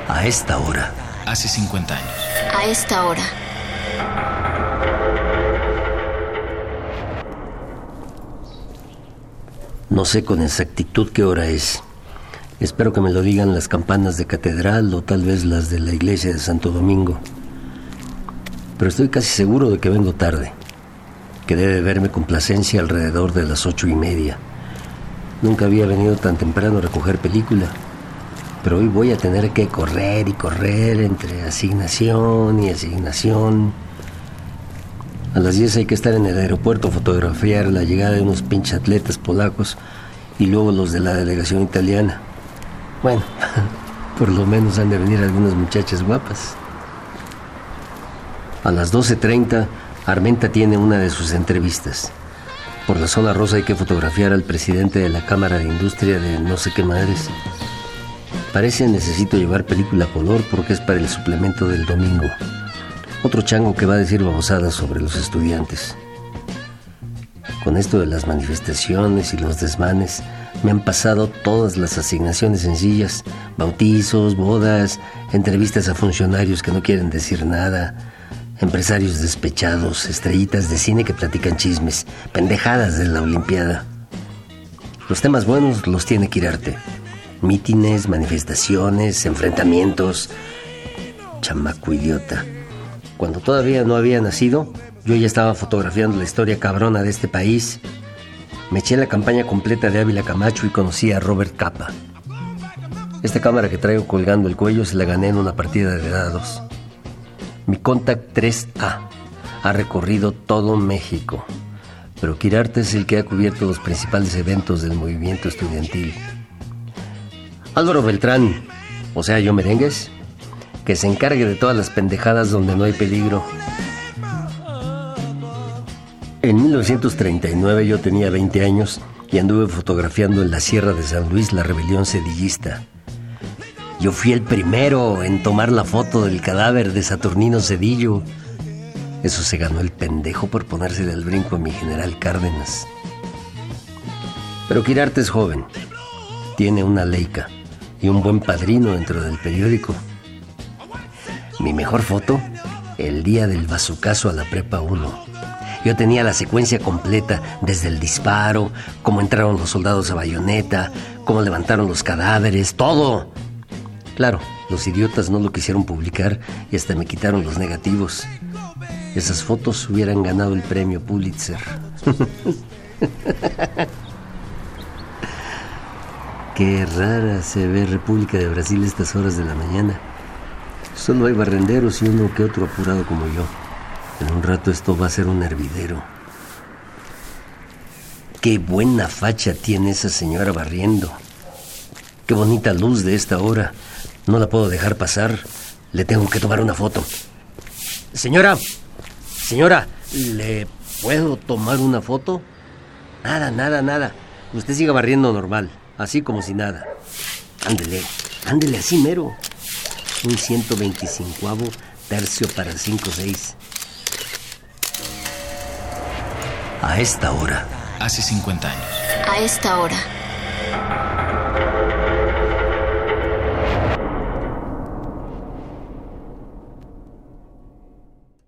A esta hora. Hace 50 años. A esta hora. No sé con exactitud qué hora es. Espero que me lo digan las campanas de catedral o tal vez las de la iglesia de Santo Domingo. Pero estoy casi seguro de que vengo tarde, que debe verme con Plasencia alrededor de las 8:30. Nunca había venido tan temprano a recoger película, pero hoy voy a tener que correr y correr entre asignación y asignación. A las 10 hay que estar en el aeropuerto a fotografiar la llegada de unos pinches atletas polacos y luego los de la delegación italiana. Bueno, por lo menos han de venir algunas muchachas guapas. A las 12:30, Armenta tiene una de sus entrevistas. Por la zona rosa hay que fotografiar al presidente de la Cámara de Industria de no sé qué madres. Parece necesito llevar película a color porque es para el suplemento del domingo. Otro chango que va a decir babosadas sobre los estudiantes. Con esto de las manifestaciones y los desmanes, me han pasado todas las asignaciones sencillas: bautizos, bodas, entrevistas a funcionarios que no quieren decir nada, empresarios despechados, estrellitas de cine que platican chismes, pendejadas de la Olimpiada. Los temas buenos los tiene Quirarte. Mítines, manifestaciones, enfrentamientos. Chamaco idiota. Cuando todavía no había nacido, yo ya estaba fotografiando la historia cabrona de este país. Me eché la campaña completa de Ávila Camacho y conocí a Robert Capa. Esta cámara que traigo colgando el cuello se la gané en una partida de dados. Mi Contact 3A ha recorrido todo México, pero Quirarte es el que ha cubierto los principales eventos del movimiento estudiantil. Álvaro Beltrán, o sea, yo Merengues, que se encargue de todas las pendejadas donde no hay peligro. En 1939 yo tenía 20 años y anduve fotografiando en la Sierra de San Luis la rebelión sedillista. Yo fui el primero en tomar la foto del cadáver de Saturnino Cedillo. Eso se ganó el pendejo por ponérsele al brinco a mi general Cárdenas. Pero Quirarte es joven, tiene una Leica y un buen padrino dentro del periódico. Mi mejor foto, el día del bazucazo a la Prepa 1. Yo tenía la secuencia completa, desde el disparo, cómo entraron los soldados a bayoneta, cómo levantaron los cadáveres, todo. Claro, los idiotas no lo quisieron publicar y hasta me quitaron los negativos. Esas fotos hubieran ganado el premio Pulitzer. Qué rara se ve República de Brasil a estas horas de la mañana. Solo hay barrenderos y uno que otro apurado como yo. En un rato esto va a ser un hervidero. Qué buena facha tiene esa señora barriendo. Qué bonita luz de esta hora. No la puedo dejar pasar. Le tengo que tomar una foto. Señora, ¿le puedo tomar una foto? Nada. Usted siga barriendo normal, así como si nada. Ándele así mero. Un 125avo tercio para 5/6. A esta hora. Hace 50 años. A esta hora.